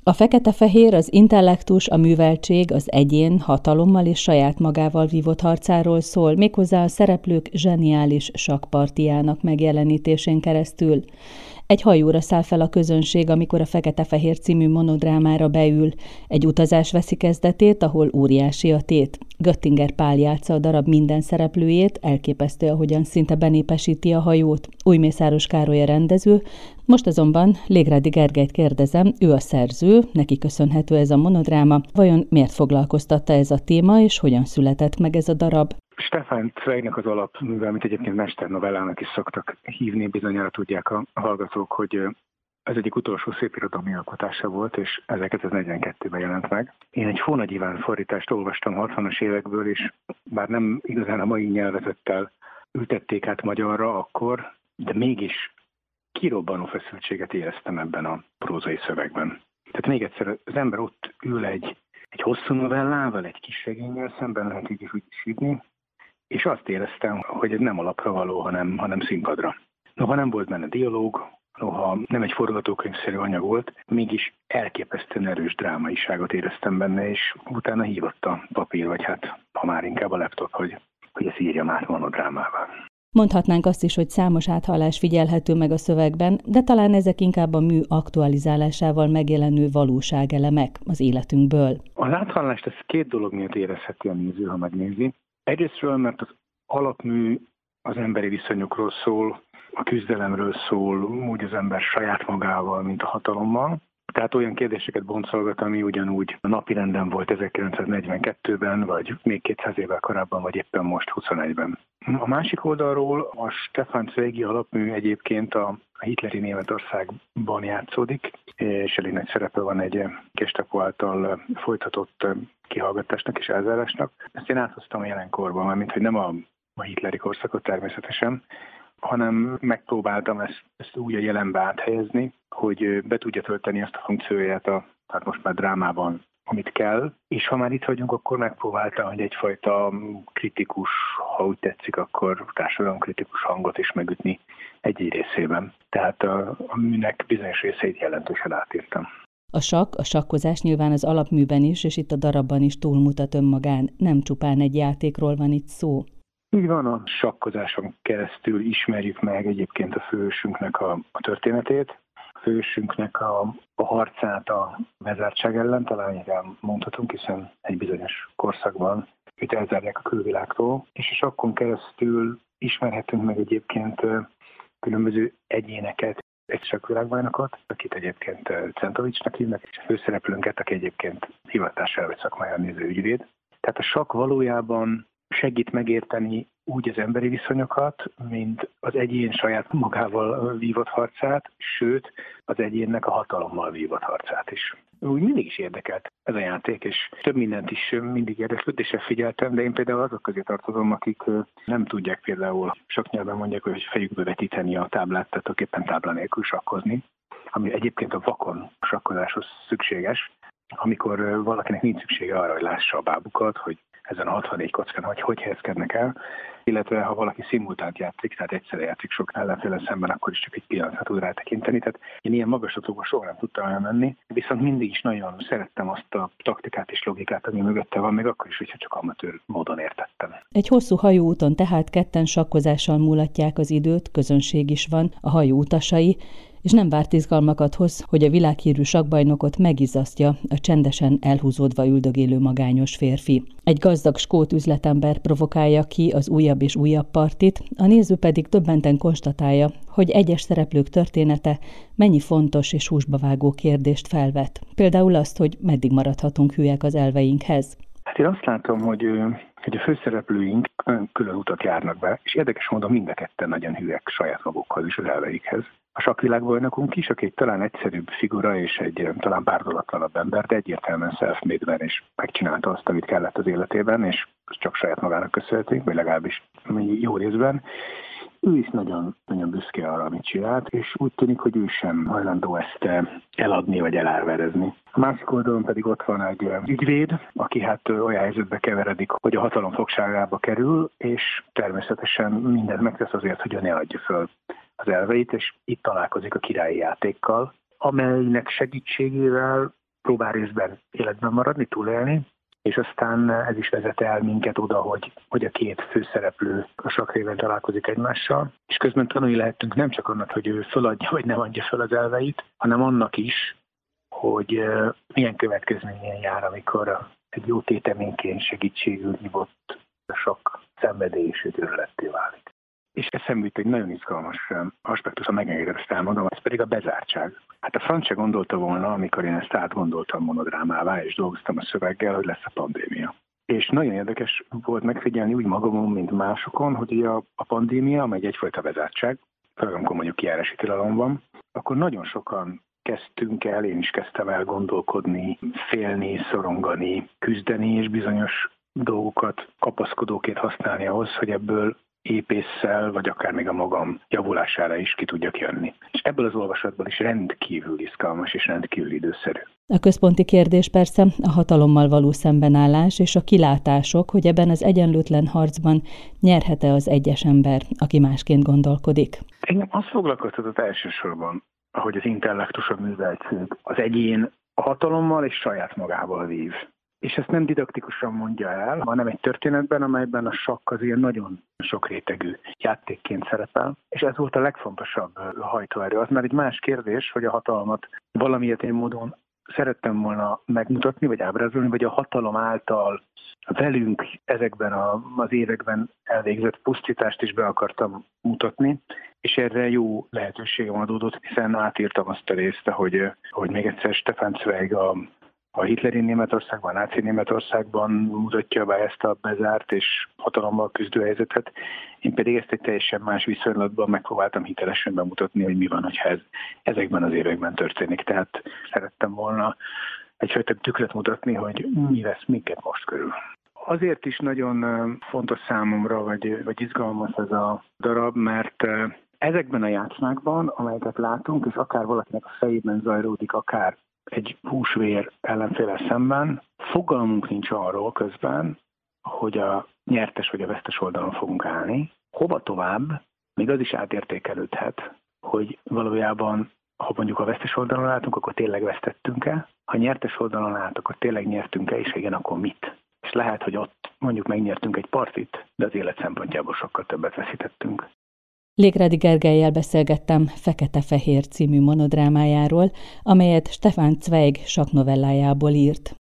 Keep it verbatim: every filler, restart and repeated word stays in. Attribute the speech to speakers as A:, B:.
A: A fekete-fehér az intellektus, a műveltség, az egyén hatalommal és saját magával vívott harcáról szól, méghozzá a szereplők zseniális sakkpartiának megjelenítésén keresztül. Egy hajóra száll fel a közönség, amikor a Fekete-fehér című monodrámára beül. Egy utazás veszi kezdetét, ahol óriási a tét. Göttinger Pál játsza a darab minden szereplőjét, elképesztő, ahogyan szinte benépesíti a hajót. Újmészáros Károly a rendező, most azonban Légrádi Gergelyt kérdezem, ő a szerző, neki köszönhető ez a monodráma. Vajon miért foglalkoztatta ez a téma, és hogyan született meg ez a darab?
B: Stefan Zweignek az alapműve, amit egyébként mesternovellának is szoktak hívni, bizonyára tudják a hallgatók, hogy ez egyik utolsó szépirodalmi alkotása volt, és ezerkilencszáznegyvenkettőben jelent meg. Én egy Fónagy Iván fordítást olvastam hatvanas évekből, és bár nem igazán a mai nyelvezettel ültették át magyarra akkor, de mégis kirobbanó feszültséget éreztem ebben a prózai szövegben. Tehát még egyszer, az ember ott ül egy, egy hosszú novellával, egy kis regénnyel szemben, lehet így is úgy is hívni, és azt éreztem, hogy ez nem alapra való, hanem, hanem színpadra. Noha nem volt benne dialóg, noha nem egy forgatókönyvszerű anyag volt, mégis elképesztően erős drámaiságot éreztem benne, és utána hívott a papír, vagy hát ha már inkább a laptop, hogy, hogy ezt írjam át monodrámával.
A: Mondhatnánk azt is, hogy számos áthallás figyelhető meg a szövegben, de talán ezek inkább a mű aktualizálásával megjelenő valóságelemek az életünkből.
B: Az áthallást ez két dolog miatt érezheti a néző, ha megnézi. Egyrésztről, mert az alapmű az emberi viszonyokról szól, a küzdelemről szól, úgy az ember saját magával, mint a hatalommal. Tehát olyan kérdéseket boncolgat, ami ugyanúgy a napirenden volt ezerkilencszáznegyvenkettőben, vagy még kétszáz évvel korábban, vagy éppen most huszonegyben. A másik oldalról a Stefan Zweigi alapmű egyébként a hitleri Németországban játszódik, és elég nagy szerepe van egy Gestapo által folytatott kihallgatásnak és elzárásnak. Ezt én áthoztam a jelenkorban, mármint hogy nem a, a hitleri korszakot természetesen, hanem megpróbáltam ezt, ezt úgy a jelenbe áthelyezni, hogy be tudja tölteni azt a funkcióját a, hát most már drámában, amit kell, és ha már itt vagyunk, akkor megpróbáltam, hogy egyfajta kritikus, ha úgy tetszik, akkor társadalomkritikus hangot is megütni egy-egy részében. Tehát a, a műnek bizonyos részeit jelentősen átírtam.
A: A sakk, a sakkozás nyilván az alapműben is, és itt a darabban is túlmutat önmagán. Nem csupán egy játékról van itt szó.
B: Így van, a sakkozáson keresztül ismerjük meg egyébként a főhősünknek a, a történetét, a főhősünknek a, a harcát a bezártság ellen, talán így mondhatunk, hiszen egy bizonyos korszakban őt elzárják a külvilágtól, és a sakkon keresztül ismerhetünk meg egyébként különböző egyéneket, egy sakkvilágbajnokot, akit egyébként Centovicsnak hívnak, és a főszereplőnket, aki egyébként hivatására vagy szakmáján néző ügyvéd. Tehát a sakk valójában segít megérteni úgy az emberi viszonyokat, mint az egyén saját magával vívott harcát, sőt, az egyénnek a hatalommal vívott harcát is. Úgy mindig is érdekelt ez a játék, és több mindent is mindig érdeklődésre figyeltem, de én például azok közé tartozom, akik nem tudják például, sok nyelven mondják, hogy fejükbe vetíteni a táblát, tehát éppen tábla nélkül sakkozni, ami egyébként a vakon sakkozáshoz szükséges, amikor valakinek nincs szüksége arra, hogy lássa a bábukat, hogy ezen a hatvannégy kockán, hogy hogy helyezkednek el, illetve ha valaki szimultánt játszik, tehát egyszerre játszik sok ellenféle szemben, akkor is csak egy pillanatra tud rátekinteni. Tehát én ilyen magaslatokban soha nem tudtam elmenni, viszont mindig is nagyon szerettem azt a taktikát és logikát, ami mögötte van, még akkor is, hogyha csak amatőr módon értettem.
A: Egy hosszú hajóúton tehát ketten sakkozással múlatják az időt, közönség is van, a hajó utasai, és nem várt izgalmakat hoz, hogy a világhírű sakkbajnokot megizzasztja a csendesen elhúzódva üldögélő magányos férfi. Egy gazdag skót üzletember provokálja ki az újabb és újabb partit, a néző pedig döbbenten konstatálja, hogy egyes szereplők története mennyi fontos és húsba vágó kérdést felvet. Például azt, hogy meddig maradhatunk hülyek az elveinkhez.
B: Hát én azt látom, hogy, hogy a főszereplőink külön utat járnak be, és érdekes módon mind a ketten nagyon hülyek saját magukhoz és az elveikhez. A sakkvilágbajnokunk is, aki egy talán egyszerűbb figura és egy talán párdolatlanabb ember, de egyértelműen self-made-ben és megcsinálta azt, amit kellett az életében, és csak saját magának köszönheti, vagy legalábbis jó részben. Ő is nagyon, nagyon büszke arra, amit csinált, és úgy tűnik, hogy ő sem hajlandó ezt eladni vagy elárverezni. A másik oldalon pedig ott van egy ügyvéd, aki hát olyan helyzetbe keveredik, hogy a hatalom fogságába kerül, és természetesen mindent megtesz azért, hogy ő ne adja föl az elveit, és itt találkozik a királyi játékkal, amelynek segítségével próbál részben életben maradni, túlélni, és aztán ez is vezet el minket oda, hogy, hogy a két főszereplő a sakkréven találkozik egymással, és közben tanulni lehetünk nem csak annak, hogy ő feladja vagy nem adja fel az elveit, hanem annak is, hogy uh, milyen következményen jár, amikor egy jó téteményként segítségül hívott sakk szenvedély és őrületté válik. És eszembe jut egy nagyon izgalmas aspektus, ha megengedem ezt elmondom, ez pedig a bezártság. Hát a franc se gondolta volna, amikor én ezt átgondoltam monodrámává, és dolgoztam a szöveggel, hogy lesz a pandémia. És nagyon érdekes volt megfigyelni úgy magamon, mint másokon, hogy ugye a, a pandémia, amely egyfajta bezártság, főleg amikor mondjuk kijárási tilalom van, akkor nagyon sokan kezdtünk el, én is kezdtem el gondolkodni, félni, szorongani, küzdeni, és bizonyos dolgokat kapaszkodóként használni ahhoz, hogy ebből épésszel, vagy akár még a magam javulására is ki tudjak jönni. És ebből az olvasatból is rendkívül izgalmas és rendkívül időszerű.
A: A központi kérdés persze a hatalommal való szembenállás és a kilátások, hogy ebben az egyenlőtlen harcban nyerhet-e az egyes ember, aki másként gondolkodik.
B: Engem azt foglalkoztatott elsősorban, ahogy az intellektus, a műveltség, az egyén a hatalommal és saját magával vív. És ezt nem didaktikusan mondja el, hanem egy történetben, amelyben a sakk az ilyen nagyon sokrétegű játékként szerepel. És ez volt a legfontosabb hajtóerő. Az már egy más kérdés, hogy a hatalmat valamilyen módon szerettem volna megmutatni, vagy ábrázolni, vagy a hatalom által velünk ezekben a, az években elvégzett pusztítást is be akartam mutatni, és erre jó lehetőségem adódott, hiszen átírtam azt a részt, hogy, hogy még egyszer Stefan Zweig a A hitleri Németországban, a náci Németországban mutatja be ezt a bezárt és hatalommal küzdő helyzetet. Én pedig ezt egy teljesen más viszonylatban megpróbáltam hitelesen bemutatni, hogy mi van, hogyha ez ezekben az években történik. Tehát szerettem volna egyfajta tükröt mutatni, hogy mi lesz minket most körül. Azért is nagyon fontos számomra, vagy, vagy izgalmas ez a darab, mert ezekben a játszmákban, amelyeket látunk, és akár valakinek a fejében zajlódik, akár egy húsvér ellenféle szemben, fogalmunk nincs arról közben, hogy a nyertes vagy a vesztes oldalon fogunk állni. Hova tovább, még az is átértékelődhet, hogy valójában, ha mondjuk a vesztes oldalon álltunk, akkor tényleg vesztettünk-e? Ha nyertes oldalon állt, akkor tényleg nyertünk-e, és igen, akkor mit? És lehet, hogy ott mondjuk megnyertünk egy partit, de az élet szempontjából sokkal többet veszítettünk.
A: Légrádi Gergellyel beszélgettem Fekete-fehér című monodrámájáról, amelyet Stefan Zweig sakknovellájából írt.